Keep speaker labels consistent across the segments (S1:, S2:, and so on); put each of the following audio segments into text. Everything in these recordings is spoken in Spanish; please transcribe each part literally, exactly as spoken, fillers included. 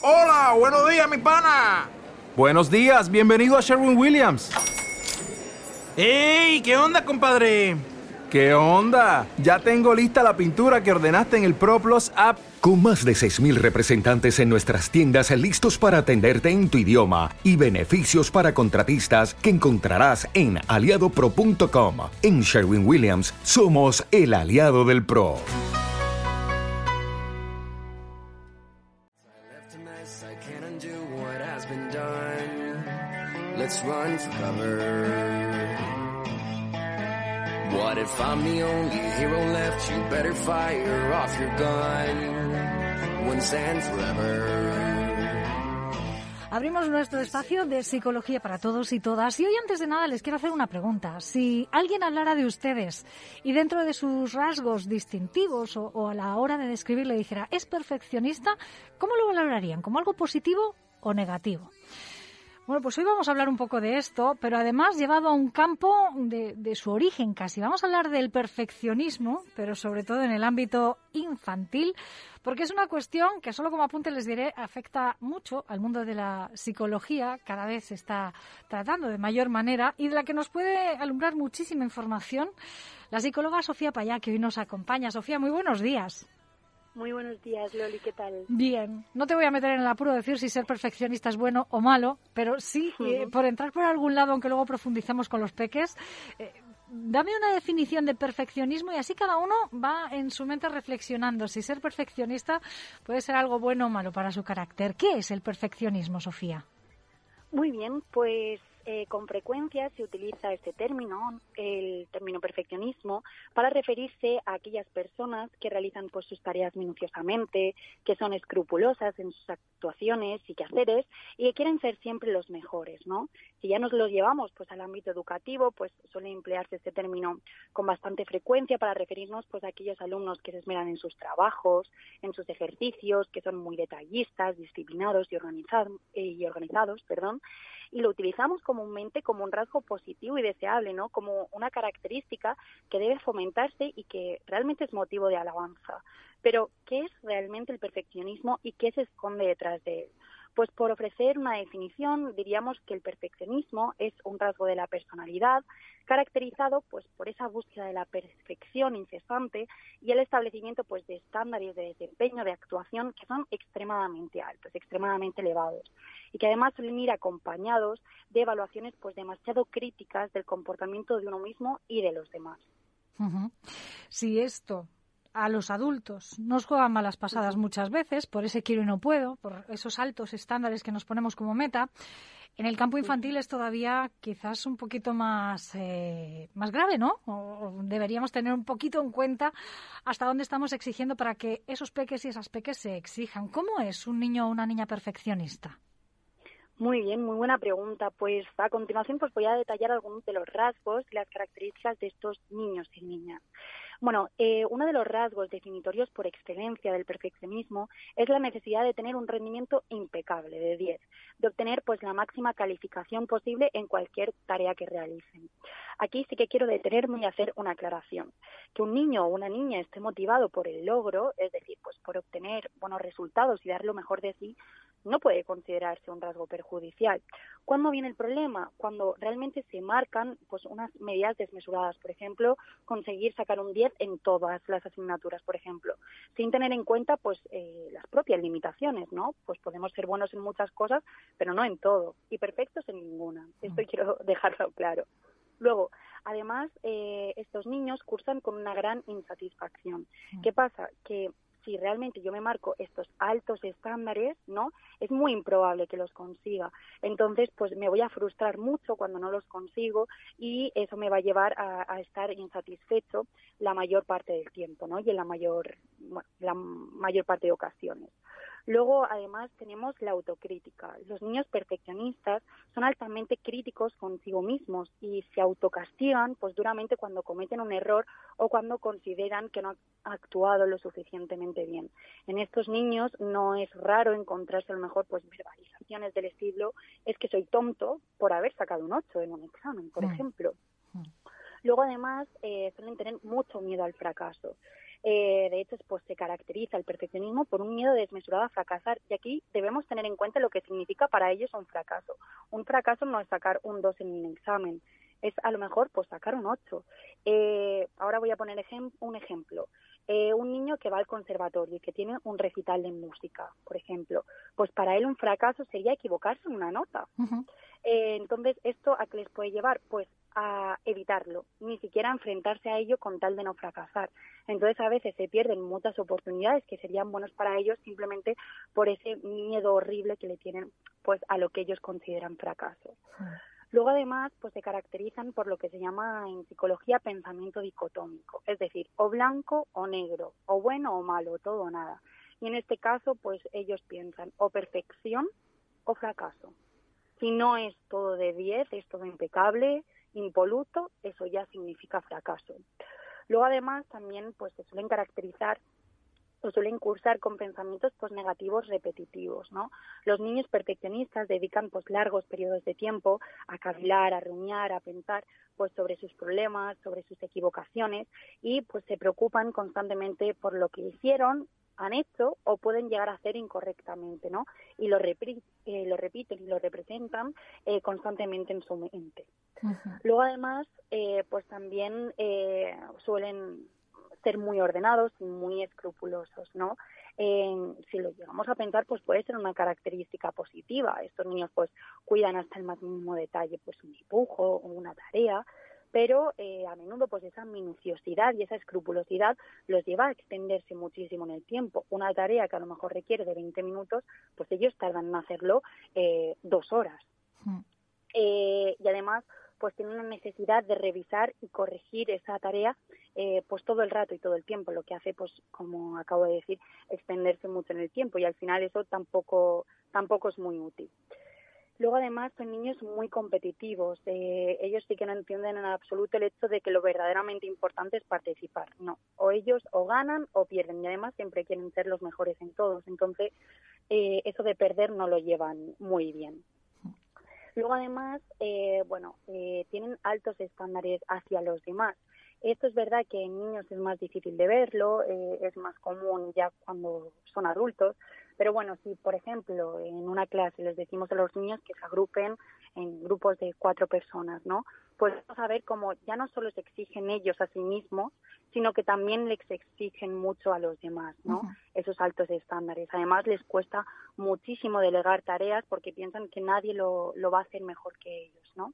S1: Hola, buenos días, mi pana.
S2: Buenos días, bienvenido a Sherwin-Williams.
S1: ¡Ey! ¿Qué onda, compadre?
S2: ¿Qué onda? Ya tengo lista la pintura que ordenaste en el ProPlus app.
S3: Con más de seis mil representantes en nuestras tiendas listos para atenderte en tu idioma y beneficios para contratistas que encontrarás en aliado pro punto com. En Sherwin-Williams somos el aliado del pro.
S4: Let's run for cover. What if I'm the only hero left? You better fire off your gun once and forever.
S5: Abrimos nuestro espacio de psicología para todos y todas. Y hoy, antes de nada, les quiero hacer una pregunta. Si alguien hablara de ustedes y dentro de sus rasgos distintivos o, o a la hora de describirle dijera es perfeccionista, ¿cómo lo valorarían? ¿Como algo positivo o negativo? Bueno, pues hoy vamos a hablar un poco de esto, pero además llevado a un campo de, de su origen casi. Vamos a hablar del perfeccionismo, pero sobre todo en el ámbito infantil, porque es una cuestión que, solo como apunte les diré, afecta mucho al mundo de la psicología. Cada vez se está tratando de mayor manera y de la que nos puede alumbrar muchísima información la psicóloga Sofía Payá, que hoy nos acompaña. Sofía, muy buenos días.
S6: Muy buenos días, Loli, ¿qué tal?
S5: Bien, no te voy a meter en el apuro de decir si ser perfeccionista es bueno o malo, pero sí, uh-huh. eh, por entrar por algún lado, aunque luego profundicemos con los peques, eh, dame una definición de perfeccionismo y así cada uno va en su mente reflexionando si ser perfeccionista puede ser algo bueno o malo para su carácter. ¿Qué es el perfeccionismo, Sofía?
S6: Muy bien, pues Eh, con frecuencia se utiliza este término, el término perfeccionismo, para referirse a aquellas personas que realizan pues sus tareas minuciosamente, que son escrupulosas en sus actuaciones y quehaceres y que quieren ser siempre los mejores, ¿no? Si ya nos lo llevamos pues al ámbito educativo, pues suele emplearse este término con bastante frecuencia para referirnos pues a aquellos alumnos que se esmeran en sus trabajos, en sus ejercicios, que son muy detallistas, disciplinados y organizados, eh, y organizados, perdón, y lo utilizamos comúnmente como un rasgo positivo y deseable, ¿no? Como una característica que debe fomentarse y que realmente es motivo de alabanza. Pero, ¿qué es realmente el perfeccionismo y qué se esconde detrás de él? Pues por ofrecer una definición, diríamos que el perfeccionismo es un rasgo de la personalidad caracterizado pues por esa búsqueda de la perfección incesante y el establecimiento pues de estándares de desempeño, de actuación que son extremadamente altos, extremadamente elevados y que además suelen ir acompañados de evaluaciones pues demasiado críticas del comportamiento de uno mismo y de los demás.
S5: Uh-huh. Si esto a los adultos nos juegan malas pasadas muchas veces, por ese quiero y no puedo, por esos altos estándares que nos ponemos como meta, en el campo infantil es todavía quizás un poquito más, eh, más grave, ¿no? O deberíamos tener un poquito en cuenta hasta dónde estamos exigiendo para que esos peques y esas peques se exijan. ¿Cómo es un niño o una niña perfeccionista?
S6: Muy bien, muy buena pregunta. Pues a continuación pues voy a detallar algunos de los rasgos y las características de estos niños y niñas. Bueno, eh, uno de los rasgos definitorios por excelencia del perfeccionismo es la necesidad de tener un rendimiento impecable, de diez, de obtener pues la máxima calificación posible en cualquier tarea que realicen. Aquí sí que quiero detenerme y hacer una aclaración. Que un niño o una niña esté motivado por el logro, es decir, pues por obtener buenos resultados y dar lo mejor de sí, no puede considerarse un rasgo perjudicial. ¿Cuándo viene el problema? Cuando realmente se marcan pues unas medidas desmesuradas, por ejemplo, conseguir sacar un diez en todas las asignaturas, por ejemplo, sin tener en cuenta pues eh, las propias limitaciones, ¿no? Pues podemos ser buenos en muchas cosas, pero no en todo, y perfectos en ninguna. Esto quiero dejarlo claro. Luego, además, eh, estos niños cursan con una gran insatisfacción. ¿Qué pasa? Que si realmente yo me marco estos altos estándares, ¿no? Es muy improbable que los consiga. Entonces, pues me voy a frustrar mucho cuando no los consigo y eso me va a llevar a, a estar insatisfecho la mayor parte del tiempo, ¿no? Y en la mayor, bueno, la mayor parte de ocasiones. Luego, además, tenemos la autocrítica. Los niños perfeccionistas son altamente críticos consigo mismos y se autocastigan pues duramente cuando cometen un error o cuando consideran que no han actuado lo suficientemente bien. En estos niños no es raro encontrarse a lo mejor pues verbalizaciones del estilo es que soy tonto por haber sacado un ocho en un examen, por mm. ejemplo. Mm. Luego, además, eh, suelen tener mucho miedo al fracaso. Eh, de hecho, pues se caracteriza el perfeccionismo por un miedo desmesurado a fracasar. Y aquí debemos tener en cuenta lo que significa para ellos un fracaso. Un fracaso no es sacar un dos en un examen, es a lo mejor pues sacar un ocho. Eh, ahora voy a poner ejem- un ejemplo. Eh, un niño que va al conservatorio y que tiene un recital de música, por ejemplo, pues para él un fracaso sería equivocarse en una nota. Uh-huh. Eh, entonces, ¿esto a qué les puede llevar? Pues a evitarlo, ni siquiera a enfrentarse a ello con tal de no fracasar. Entonces, a veces se pierden muchas oportunidades que serían buenas para ellos simplemente por ese miedo horrible que le tienen pues a lo que ellos consideran fracaso. Uh-huh. Luego, además, pues se caracterizan por lo que se llama en psicología pensamiento dicotómico, es decir, o blanco o negro, o bueno o malo, todo o nada. Y en este caso, pues ellos piensan o perfección o fracaso. Si no es todo de diez, es todo impecable, impoluto, eso ya significa fracaso. Luego, además, también pues se suelen caracterizar o suelen cursar con pensamientos pues negativos repetitivos, ¿no? Los niños perfeccionistas dedican pues largos periodos de tiempo a cavilar, a rumiar, a pensar pues sobre sus problemas, sobre sus equivocaciones y pues se preocupan constantemente por lo que hicieron, han hecho o pueden llegar a hacer incorrectamente, ¿no? Y lo, repri- eh, lo repiten y lo representan eh, constantemente en su mente. Uh-huh. Luego, además, eh, pues también eh, suelen ser muy ordenados y muy escrupulosos, ¿no? Eh, si lo llegamos a pensar, pues puede ser una característica positiva. Estos niños pues cuidan hasta el más mínimo detalle pues un dibujo o una tarea, pero eh, a menudo pues esa minuciosidad y esa escrupulosidad los lleva a extenderse muchísimo en el tiempo. Una tarea que a lo mejor requiere de veinte minutos, pues ellos tardan en hacerlo eh, dos horas. Sí. Eh, y además pues tienen una necesidad de revisar y corregir esa tarea eh, pues todo el rato y todo el tiempo, lo que hace, pues como acabo de decir, extenderse mucho en el tiempo y al final eso tampoco tampoco es muy útil. Luego, además, son niños muy competitivos. Eh, ellos sí que no entienden en absoluto el hecho de que lo verdaderamente importante es participar. No, o ellos o ganan o pierden y además siempre quieren ser los mejores en todos. Entonces, eh, eso de perder no lo llevan muy bien. Luego, además, eh, bueno, eh, tienen altos estándares hacia los demás. Esto es verdad que en niños es más difícil de verlo, eh, es más común ya cuando son adultos, pero bueno, si por ejemplo en una clase les decimos a los niños que se agrupen en grupos de cuatro personas, ¿no? Pues vamos a ver cómo ya no solo se exigen ellos a sí mismos, sino que también les exigen mucho a los demás, ¿no? Uh-huh. Esos altos estándares. Además les cuesta muchísimo delegar tareas porque piensan que nadie lo, lo va a hacer mejor que ellos, ¿no?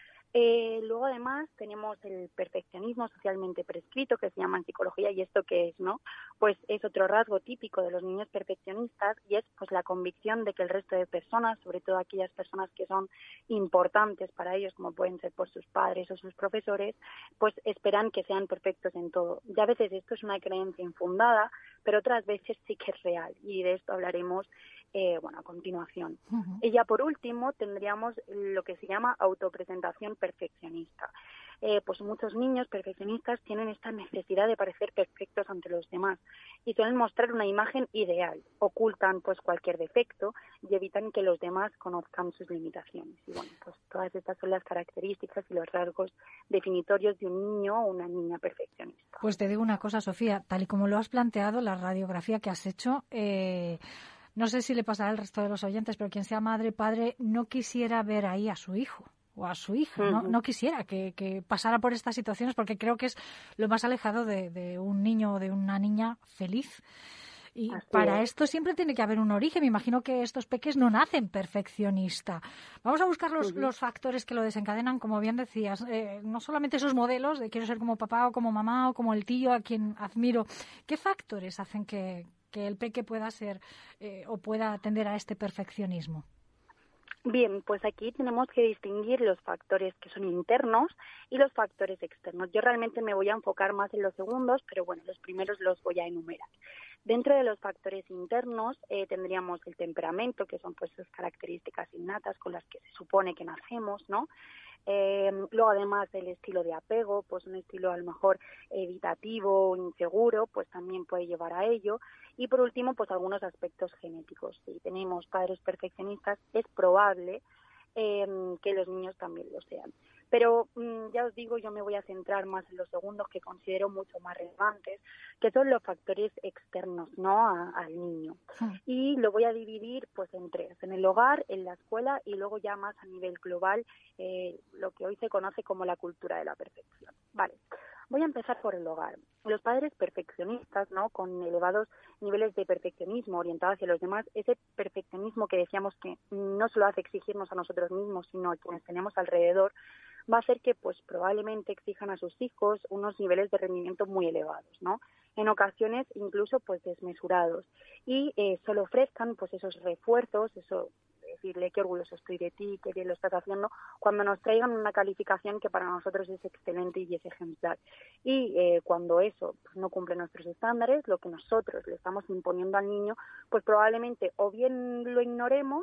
S6: Eh, luego, además, tenemos el perfeccionismo socialmente prescrito, que se llama en psicología, ¿y esto qué es, no? Pues es otro rasgo típico de los niños perfeccionistas y es pues la convicción de que el resto de personas, sobre todo aquellas personas que son importantes para ellos, como pueden ser por sus padres o sus profesores, pues esperan que sean perfectos en todo. Y a veces esto es una creencia infundada, pero otras veces sí que es real, y de esto hablaremos Eh, bueno, a continuación. Uh-huh. Y ya por último tendríamos lo que se llama autopresentación perfeccionista. Eh, pues muchos niños perfeccionistas tienen esta necesidad de parecer perfectos ante los demás y suelen mostrar una imagen ideal, ocultan pues cualquier defecto y evitan que los demás conozcan sus limitaciones. Y bueno, pues todas estas son las características y los rasgos definitorios de un niño o una niña perfeccionista.
S5: Pues te digo una cosa, Sofía, tal y como lo has planteado, la radiografía que has hecho, eh, no sé si le pasará al resto de los oyentes, pero quien sea madre, padre, no quisiera ver ahí a su hijo o a su hija, uh-huh. no, no quisiera que, que pasara por estas situaciones porque creo que es lo más alejado de, de un niño o de una niña feliz. Y Así para es. Esto siempre tiene que haber un origen. Me imagino que estos peques no nacen perfeccionista. Vamos a buscar los, uh-huh. los factores que lo desencadenan, como bien decías. Eh, no solamente esos modelos de quiero ser como papá o como mamá o como el tío a quien admiro. ¿Qué factores hacen que, que el peque pueda ser eh, o pueda atender a este perfeccionismo?
S6: Bien, pues aquí tenemos que distinguir los factores que son internos y los factores externos. Yo realmente me voy a enfocar más en los segundos, pero bueno, los primeros los voy a enumerar. Dentro de los factores internos eh, tendríamos el temperamento, que son pues esas características innatas con las que se supone que nacemos, ¿no? Eh, luego, además, el estilo de apego, pues un estilo a lo mejor evitativo, inseguro, pues también puede llevar a ello. Y por último, pues algunos aspectos genéticos. Si tenemos padres perfeccionistas, es probable eh, que los niños también lo sean. Pero mmm, ya os digo, yo me voy a centrar más en los segundos que considero mucho más relevantes, que son los factores externos, ¿no?, a, al niño.
S5: Hmm.
S6: Y lo voy a dividir pues en tres, en el hogar, en la escuela y luego ya más a nivel global, eh, lo que hoy se conoce como la cultura de la perfección. Vale. Voy a empezar por el hogar. Los padres perfeccionistas, ¿no?, con elevados niveles de perfeccionismo orientados hacia los demás, ese perfeccionismo que decíamos que no solo hace exigirnos a nosotros mismos, sino a quienes tenemos alrededor, va a hacer que pues probablemente exijan a sus hijos unos niveles de rendimiento muy elevados, ¿no? En ocasiones incluso pues desmesurados, y eh, solo ofrezcan pues esos refuerzos, eso, decirle qué orgulloso estoy de ti, qué bien lo estás haciendo, cuando nos traigan una calificación que para nosotros es excelente y es ejemplar. Y eh, cuando eso pues, no cumple nuestros estándares, lo que nosotros le estamos imponiendo al niño, pues probablemente o bien lo ignoremos,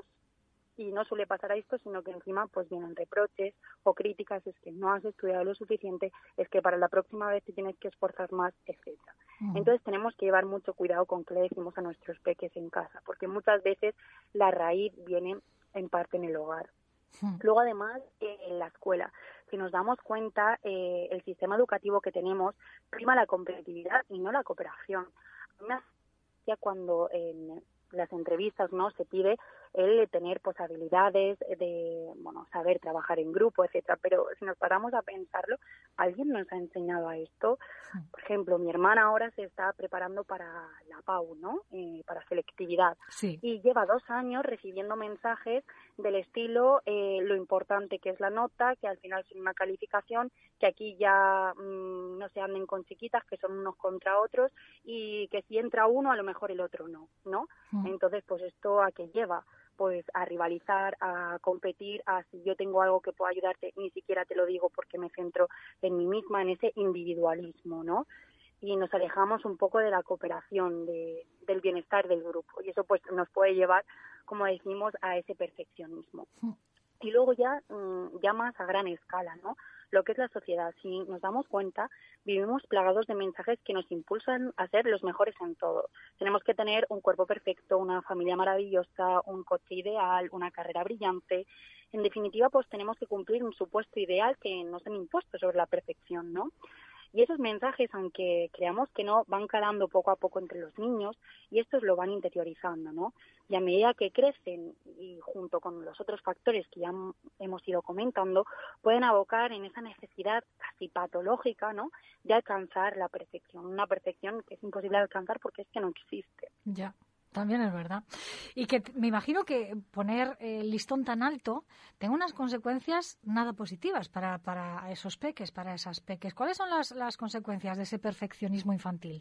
S6: y no suele pasar a esto, sino que encima pues vienen reproches o críticas, es que no has estudiado lo suficiente, es que para la próxima vez te tienes que esforzar más, etcétera. Uh-huh. Entonces tenemos que llevar mucho cuidado con qué le decimos a nuestros peques en casa, porque muchas veces la raíz viene en parte en el hogar. Uh-huh. Luego además eh, en la escuela, si nos damos cuenta, eh, el sistema educativo que tenemos prima la competitividad y no la cooperación. A mí me hacía cuando en las entrevistas, ¿no?, se pide el tener pues habilidades de, bueno, saber trabajar en grupo, etcétera, pero si nos paramos a pensarlo, ¿alguien nos ha enseñado a esto? Sí. Por ejemplo, mi hermana ahora se está preparando para la P A U, ¿no?, eh, para selectividad, sí. Y lleva dos años recibiendo mensajes del estilo eh, lo importante que es la nota, que al final es una calificación, que aquí ya mmm, no se anden con chiquitas, que son unos contra otros, y que si entra uno, a lo mejor el otro no, ¿no? Mm. Entonces, pues esto a qué lleva, pues a rivalizar, a competir, a si yo tengo algo que pueda ayudarte, ni siquiera te lo digo porque me centro en mí misma, en ese individualismo, ¿no? Y nos alejamos un poco de la cooperación, de, del bienestar del grupo, y eso pues nos puede llevar, como decimos, a ese perfeccionismo. Mm. Y luego ya, ya más a gran escala, ¿no?, lo que es la sociedad. Si nos damos cuenta, vivimos plagados de mensajes que nos impulsan a ser los mejores en todo. Tenemos que tener un cuerpo perfecto, una familia maravillosa, un coche ideal, una carrera brillante. En definitiva, pues tenemos que cumplir un supuesto ideal que nos han impuesto sobre la perfección, ¿no? Y esos mensajes, aunque creamos que no, van calando poco a poco entre los niños, y estos lo van interiorizando, ¿no? Y a medida que crecen, y junto con los otros factores que ya hemos ido comentando, pueden abocar en esa necesidad casi patológica, ¿no?, de alcanzar la perfección. Una perfección que es imposible de alcanzar porque es que no existe.
S5: Ya. También es verdad. Y que me imagino que poner el listón tan alto tenga unas consecuencias nada positivas para, para esos peques, para esas peques. ¿Cuáles son las, las consecuencias de ese perfeccionismo infantil?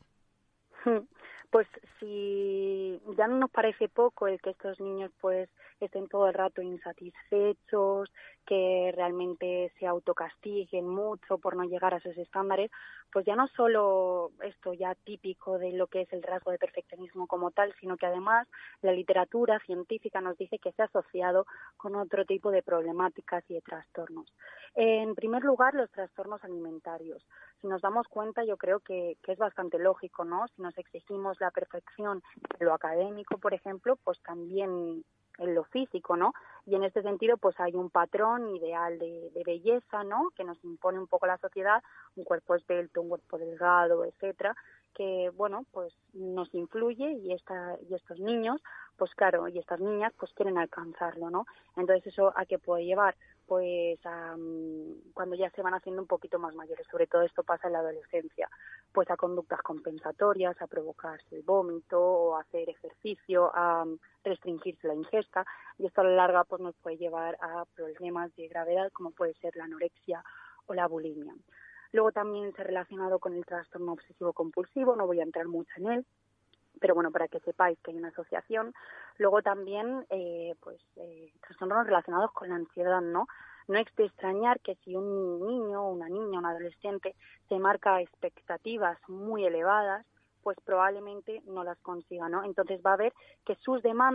S6: Pues si ya no nos parece poco el que estos niños pues estén todo el rato insatisfechos, que realmente se autocastiguen mucho por no llegar a esos estándares, pues ya no solo esto ya típico de lo que es el rasgo de perfeccionismo como tal, sino que además la literatura científica nos dice que se ha asociado con otro tipo de problemáticas y de trastornos. En primer lugar, los trastornos alimentarios. Si nos damos cuenta, yo creo que, que es bastante lógico, ¿no? Si nos exigimos la perfección en lo académico, por ejemplo, pues también en lo físico, ¿no? Y en este sentido, pues hay un patrón ideal de, de belleza, ¿no?, que nos impone un poco la sociedad, un cuerpo esbelto, un cuerpo delgado, etcétera, que, bueno, pues nos influye, y esta y estos niños, pues claro, y estas niñas, pues quieren alcanzarlo, ¿no? Entonces, ¿eso a qué puede llevar? Pues a, cuando ya se van haciendo un poquito más mayores, sobre todo esto pasa en la adolescencia, pues a conductas compensatorias, a provocarse el vómito o a hacer ejercicio, a restringirse la ingesta, y esto a la larga pues nos puede llevar a problemas de gravedad como puede ser la anorexia o la bulimia. Luego también se ha relacionado con el trastorno obsesivo-compulsivo, no voy a entrar mucho en él, pero bueno, para que sepáis que hay una asociación. Luego también, eh, pues, eh, trastornos relacionados con la ansiedad, ¿no? No es de extrañar que si un niño, una niña, un adolescente se marca expectativas muy elevadas, pues probablemente no las consiga, ¿no? Entonces va a ver que sus demandas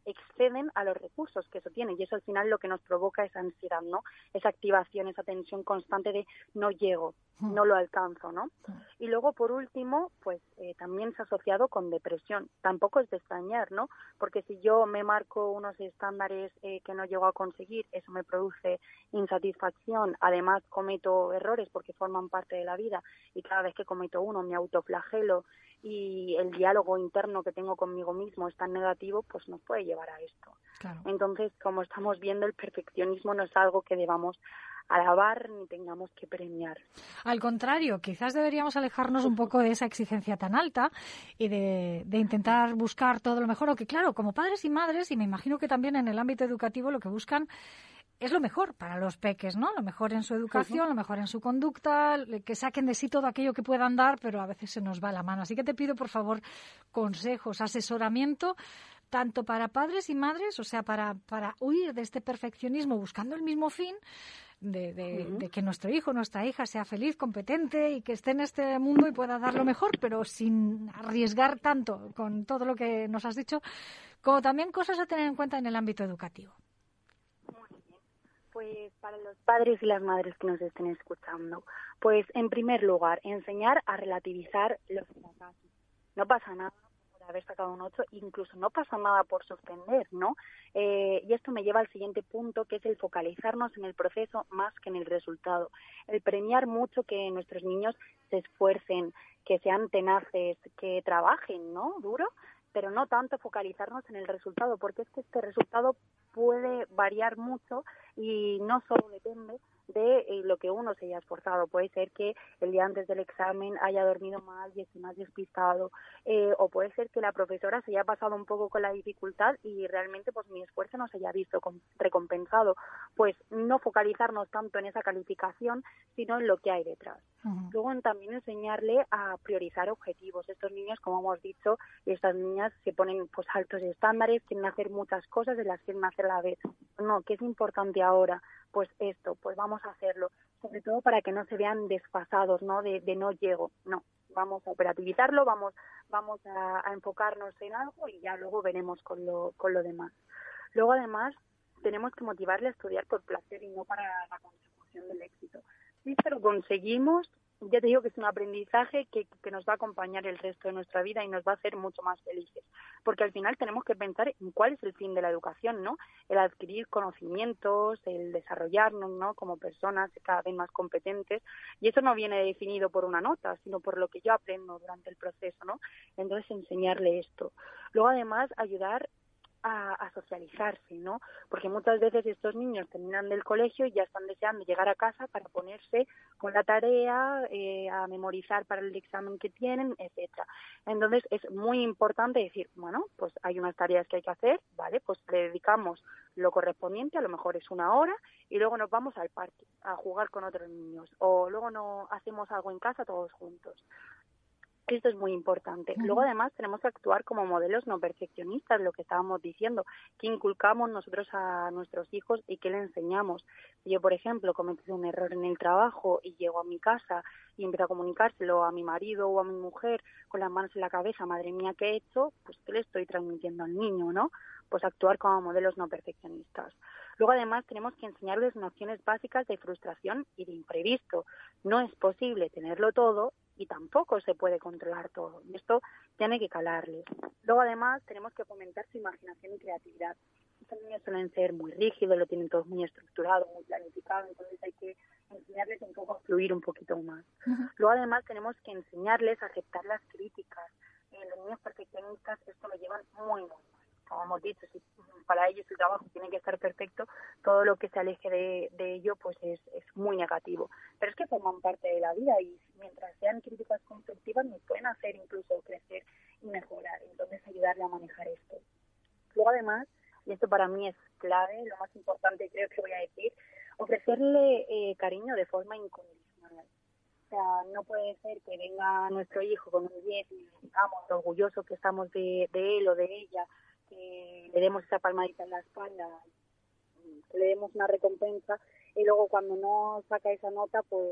S6: exceden a los recursos que eso tiene, y eso al final lo que nos provoca es ansiedad, ¿no? Esa activación, esa tensión constante de no llego, no lo alcanzo, ¿no? Y luego, por último, pues eh, también se ha asociado con depresión. Tampoco es de extrañar, ¿no? Porque si yo me marco unos estándares eh, que no llego a conseguir, eso me produce insatisfacción, además cometo errores porque forman parte de la vida, y cada vez que cometo uno me autoflagelo, y el diálogo interno que tengo conmigo mismo es tan negativo, pues nos puede llevar a esto.
S5: Claro.
S6: Entonces, como estamos viendo, el perfeccionismo no es algo que debamos alabar ni tengamos que premiar.
S5: Al contrario, quizás deberíamos alejarnos un poco de esa exigencia tan alta y de, de intentar buscar todo lo mejor, o que claro, como padres y madres, y me imagino que también en el ámbito educativo lo que buscan es lo mejor para los peques, ¿no? Lo mejor en su educación, uh-huh. lo mejor en su conducta, que saquen de sí todo aquello que puedan dar, pero a veces se nos va la mano. Así que te pido, por favor, consejos, asesoramiento, tanto para padres y madres, o sea, para, para huir de este perfeccionismo buscando el mismo fin, de, de, uh-huh. de que nuestro hijo, nuestra hija sea feliz, competente y que esté en este mundo y pueda dar lo mejor, pero sin arriesgar tanto con todo lo que nos has dicho, como también cosas a tener en cuenta en el ámbito educativo.
S6: Pues para los padres y las madres que nos estén escuchando, pues en primer lugar, enseñar a relativizar los fracasos. No pasa nada por haber sacado un ocho, incluso no pasa nada por suspender, ¿no? Eh, y esto me lleva al siguiente punto, que es el focalizarnos en el proceso más que en el resultado. El premiar mucho que nuestros niños se esfuercen, que sean tenaces, que trabajen, ¿no? Duro, pero no tanto focalizarnos en el resultado, porque es que este resultado puede variar mucho y no solo depende de eh, lo que uno se haya esforzado. Puede ser que el día antes del examen haya dormido mal y esté más despistado, eh, o puede ser que la profesora se haya pasado un poco con la dificultad y realmente pues mi esfuerzo no se haya visto con, recompensado. Pues no focalizarnos tanto en esa calificación, sino en lo que hay detrás. Uh-huh. Luego también enseñarle a priorizar objetivos. Estos niños, como hemos dicho, y estas niñas se ponen pues altos estándares, quieren hacer muchas cosas, de las quieren hacer a la vez. No, ¿qué es importante ahora? Pues esto, pues vamos a hacerlo, sobre todo para que no se vean desfasados, ¿no? De, de no llego, no, vamos a operativizarlo, vamos, vamos a, a enfocarnos en algo y ya luego veremos con lo, con lo demás. Luego además tenemos que motivarle a estudiar por placer y no para la consecución del éxito. Sí, pero conseguimos, ya te digo que es un aprendizaje que, que nos va a acompañar el resto de nuestra vida y nos va a hacer mucho más felices, porque al final tenemos que pensar en cuál es el fin de la educación, ¿no? El adquirir conocimientos, el desarrollarnos, ¿no? Como personas cada vez más competentes, y eso no viene definido por una nota, sino por lo que yo aprendo durante el proceso, ¿no? Entonces enseñarle esto. Luego además ayudar A, a socializarse, ¿no? Porque muchas veces estos niños terminan del colegio y ya están deseando llegar a casa para ponerse con la tarea, eh, a memorizar para el examen que tienen, etcétera. Entonces es muy importante decir, bueno, pues hay unas tareas que hay que hacer, ¿vale? Pues le dedicamos lo correspondiente, a lo mejor es una hora, y luego nos vamos al parque a jugar con otros niños, o luego no hacemos algo en casa todos juntos. Esto es muy importante. Uh-huh. Luego, además, tenemos que actuar como modelos no perfeccionistas, lo que estábamos diciendo, que inculcamos nosotros a nuestros hijos y que le enseñamos. Si yo, por ejemplo, cometo un error en el trabajo y llego a mi casa y empiezo a comunicárselo a mi marido o a mi mujer con las manos en la cabeza, madre mía, ¿qué he hecho? Pues, ¿qué le estoy transmitiendo al niño, no? Pues actuar como modelos no perfeccionistas. Luego, además, tenemos que enseñarles nociones básicas de frustración y de imprevisto. No es posible tenerlo todo y tampoco se puede controlar todo. Y esto tiene que calarles. Luego, además, tenemos que fomentar su imaginación y creatividad. Estos niños suelen ser muy rígidos, lo tienen todo muy estructurado, muy planificado, entonces hay que enseñarles un poco a fluir un poquito más. Uh-huh. Luego, además, tenemos que enseñarles a aceptar las críticas. Eh, los niños perfeccionistas esto lo llevan muy, muy mal. Como hemos dicho, si para ellos el trabajo tiene que estar perfecto, todo lo que se aleje de, de ello pues es, es muy negativo. Pero es que forman parte de la vida y mientras sean críticas constructivas nos pueden hacer incluso crecer y mejorar. Entonces ayudarle a manejar esto. Luego además, y esto para mí es clave, lo más importante creo que voy a decir, ofrecerle eh, cariño de forma incondicional. O sea, no puede ser que venga nuestro hijo con un diez y estamos orgullosos que estamos de, de él o de ella, que le demos esa palmadita en la espalda, que le demos una recompensa y luego cuando no saca esa nota pues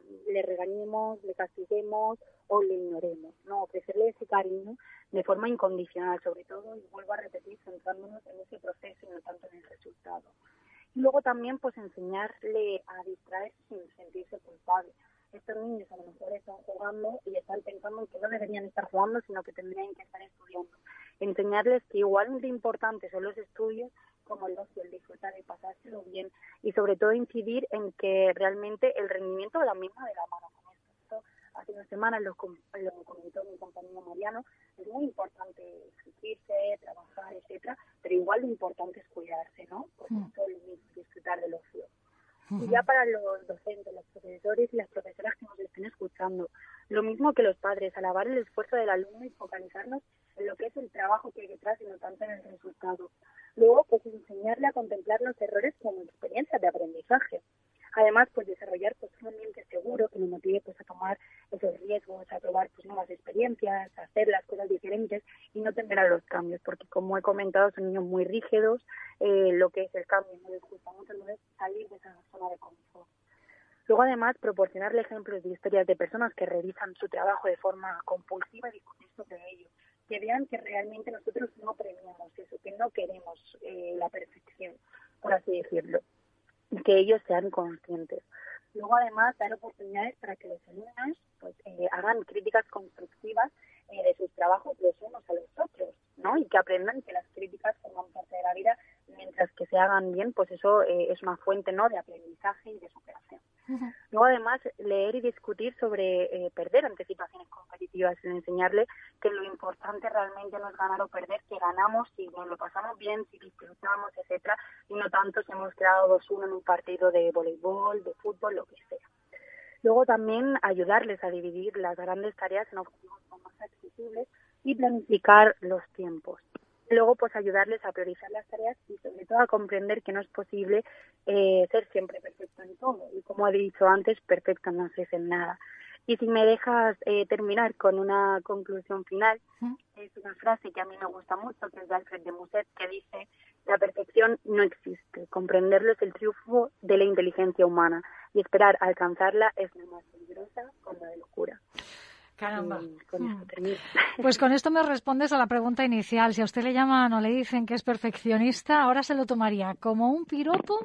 S6: le regañemos, le castiguemos o le ignoremos, ¿no? Ofrecerle ese cariño de forma incondicional, sobre todo, y vuelvo a repetir, centrándonos en ese proceso y no tanto en el resultado. Y luego también, pues, enseñarle a distraerse sin sentirse culpable. Estos niños a lo mejor están jugando y están pensando en que no deberían estar jugando, sino que tendrían que estar estudiando. Enseñarles que igual de importantes son los estudios como el ocio, el disfrutar, el pasárselo bien, y sobre todo incidir en que realmente el rendimiento de la misma de la mano con esto. Esto hace unas semanas lo, lo comentó mi compañero Mariano, es muy importante exigirse, trabajar, etcétera, pero igual lo importante es cuidarse, ¿no? Pues mm. eso es lo mismo, disfrutar del ocio. Y ya para los docentes, los profesores y las profesoras que nos estén escuchando, lo mismo que los padres, alabar el esfuerzo del alumno y focalizarnos en lo que es el trabajo que hay detrás y no tanto en el resultado. Luego, pues enseñarle a contemplar los errores como experiencias de aprendizaje. Además, pues desarrollar pues un ambiente seguro que nos motive pues a tomar esos riesgos, a probar pues nuevas experiencias, a hacer las cosas diferentes y no temer a los cambios, porque como he comentado son niños muy rígidos, eh, lo que es el cambio no les gusta mucho, entonces salir de esa zona de confort. Luego, además, proporcionarle ejemplos de historias de personas que realizan su trabajo de forma compulsiva y discutir sobre ello, que vean que realmente nosotros no premiamos eso, que no queremos eh, la perfección, por así decirlo, y que ellos sean conscientes. Luego, además, dar oportunidades para que los alumnos pues, eh, hagan críticas constructivas eh, de sus trabajos los unos a los otros, ¿no? Y que aprendan que las críticas forman parte de la vida, mientras que se hagan bien, pues eso eh, es una fuente, ¿no?, de aprendizaje y de superación. Uh-huh. Luego, además, leer y discutir sobre eh, perder ante situaciones competitivas, enseñarle que lo importante realmente no es ganar o perder, que ganamos si nos lo pasamos bien, si disfrutamos, etcétera, y no tanto si hemos quedado dos uno en un partido de voleibol, de fútbol, lo que sea. Luego también ayudarles a dividir las grandes tareas en objetivos más accesibles y planificar los tiempos. Luego, pues ayudarles a priorizar las tareas y sobre todo a comprender que no es posible eh, ser siempre perfecto en todo. Y como he dicho antes, perfecto no se es en nada. Y si me dejas eh, terminar con una conclusión final, ¿Mm? Es una frase que a mí me gusta mucho, que es de Alfred de Musset, que dice: la perfección no existe, comprenderlo es el triunfo de la inteligencia humana y esperar a alcanzarla es la más peligrosa como de locura.
S5: Caramba.
S6: Con esto termino.
S5: Pues con esto me respondes a la pregunta inicial. Si a usted le llaman o le dicen que es perfeccionista, ahora se lo tomaría como un piropo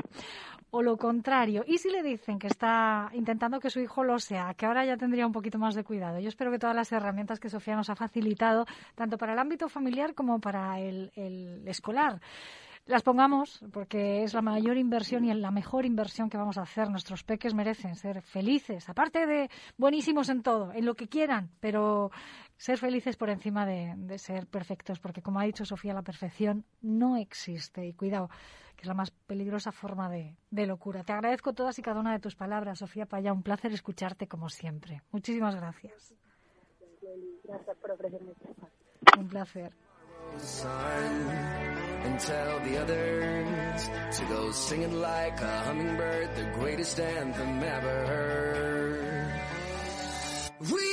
S5: o lo contrario. Y si le dicen que está intentando que su hijo lo sea, que ahora ya tendría un poquito más de cuidado. Yo espero que todas las herramientas que Sofía nos ha facilitado, tanto para el ámbito familiar como para el, el escolar, las pongamos, porque es la mayor inversión y la mejor inversión que vamos a hacer. Nuestros peques merecen ser felices, aparte de buenísimos en todo, en lo que quieran, pero ser felices por encima de, de ser perfectos, porque como ha dicho Sofía, la perfección no existe. Y cuidado, que es la más peligrosa forma de, de locura. Te agradezco todas y cada una de tus palabras, Sofía Paya. Un placer escucharte como siempre. Muchísimas gracias.
S6: Gracias por ofrecerme este espacio.
S5: Un placer.
S4: And tell the others to go singing like a hummingbird, the greatest anthem ever heard. We